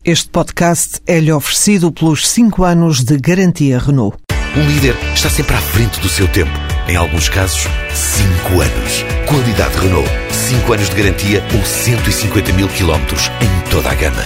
Este podcast é-lhe oferecido pelos 5 anos de garantia Renault. Um líder está sempre à frente do seu tempo. Em alguns casos, 5 anos. Qualidade Renault. 5 anos de garantia ou 150 mil quilómetros em toda a gama.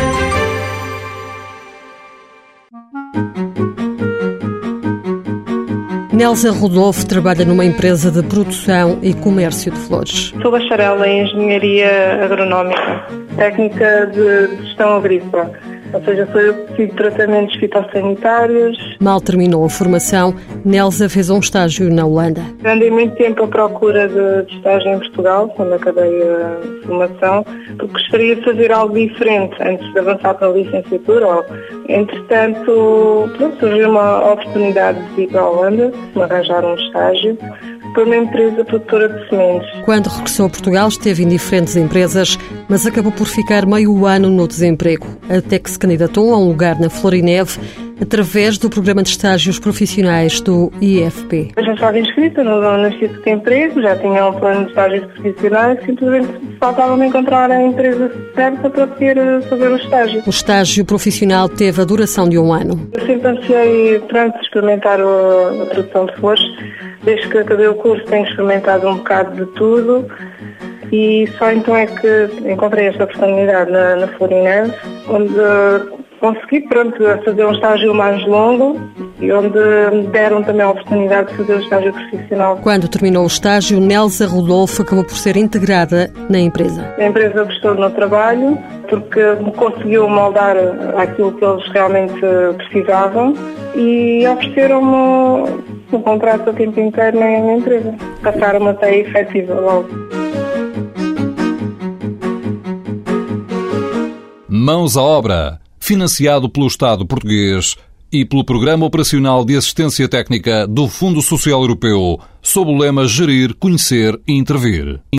Nelsa Rodolfo trabalha numa empresa de produção e comércio de flores. Sou bacharel em Engenharia Agronómica, técnica de gestão agrícola. Ou seja, sou eu que decido tratamentos fitossanitários. Mal terminou a formação, Nelsa fez um estágio na Holanda. Andei muito tempo à procura de estágio em Portugal, quando acabei a formação, porque gostaria de fazer algo diferente antes de avançar para a licenciatura. Entretanto, surgiu uma oportunidade de ir para a Holanda, me arranjar um estágio para uma empresa produtora de sementes. Quando regressou a Portugal, esteve em diferentes empresas, mas acabou por ficar meio ano no desemprego, até que se candidatou a um lugar na Florineve através do programa de estágios profissionais do IFP. Eu já estava inscrita no Instituto de Emprego, já tinha um plano de estágios profissionais, simplesmente faltava-me encontrar a empresa certa para poder fazer o estágio. O estágio profissional teve a duração de 1 ano. Eu sempre ansiei experimentar a produção de flores. Desde que acabei o curso tenho experimentado um bocado de tudo e só então é que encontrei esta oportunidade na Florineve, onde consegui fazer um estágio mais longo e onde me deram também a oportunidade de fazer o estágio profissional. Quando terminou o estágio, Nelsa Rodolfo acabou por ser integrada na empresa. A empresa gostou do meu trabalho porque me conseguiu moldar aquilo que eles realmente precisavam e ofereceram-me um contrato a tempo inteiro na empresa. Passaram-me até efetiva logo. Mãos à obra. Financiado pelo Estado português e pelo Programa Operacional de Assistência Técnica do Fundo Social Europeu, sob o lema Gerir, Conhecer e Intervir.